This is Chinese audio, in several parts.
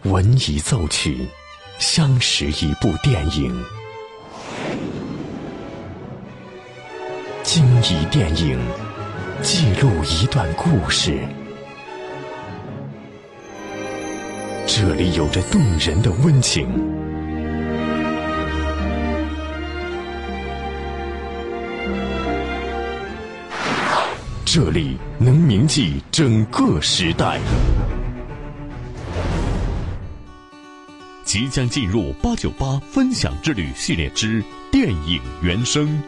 闻一奏曲，相识一部电影。经一电影，记录一段故事。这里有着动人的温情，这里能铭记整个时代。 即将进入898分享之旅系列之电影原声。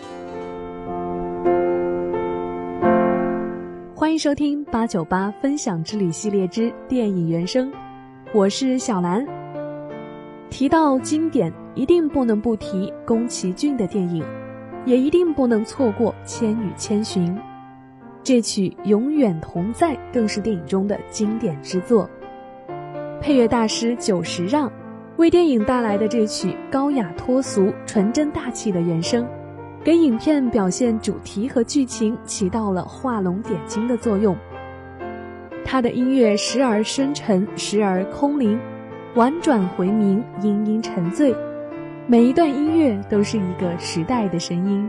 欢迎收听898分享之旅系列之电影原声，我是小兰。提到经典，一定不能不提宫崎骏的电影，也一定不能错过《千与千寻》。这曲《永远同在》更是电影中的经典之作。配乐大师久石让为电影带来的这曲高雅脱俗、纯真大气的原声，给影片表现主题和剧情起到了画龙点睛的作用。他的音乐时而深沉，时而空灵，婉转回明，阴阴沉醉，每一段音乐都是一个时代的声音。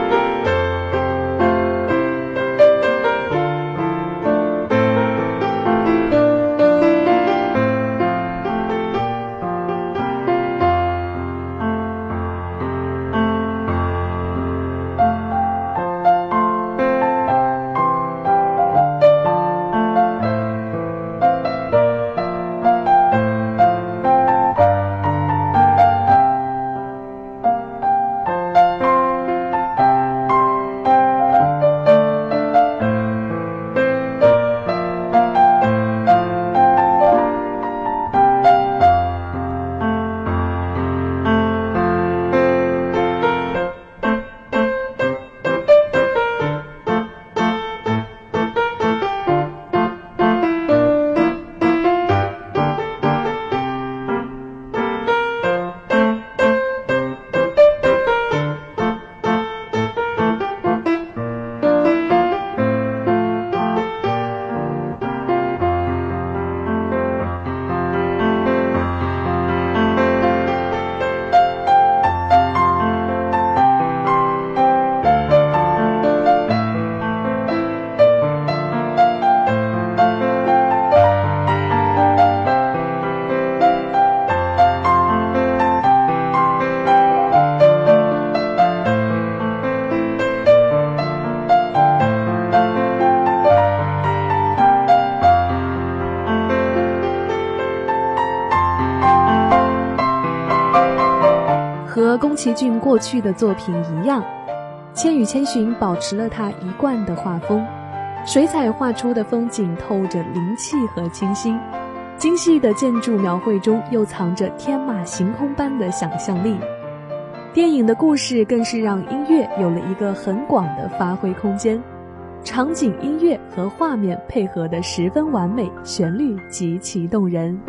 和宫崎骏过去的作品一样，《千与千寻》保持了他一贯的画风，水彩画出的风景透着灵气和清新，精细的建筑描绘中又藏着天马行空般的想象力。电影的故事更是让音乐有了一个很广的发挥空间，场景、音乐和画面配合得十分完美，旋律极其动人。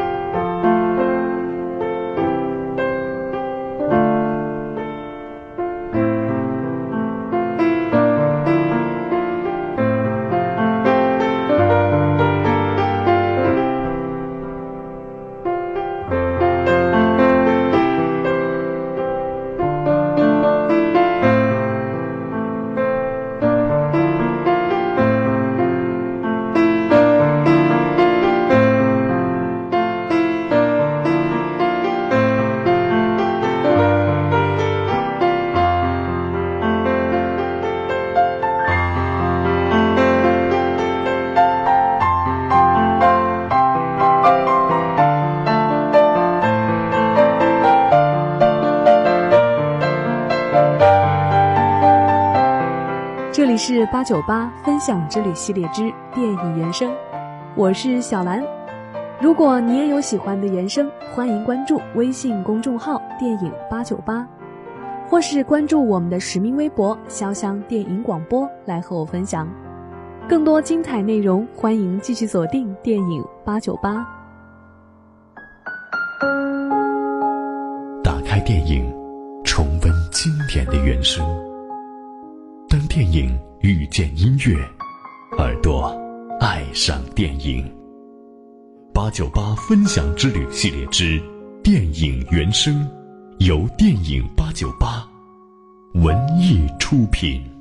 这里是898分享之旅系列之电影原声，我是小兰。如果你也有喜欢的原声，欢迎关注微信公众号电影898，或是关注我们的实名微博潇湘电影广播来和我分享更多精彩内容。欢迎继续锁定电影898。 打开电影，重温经典的原声。当电影遇见音乐，耳朵爱上电影。 898分享之旅系列之电影原声，由电影898文艺出品。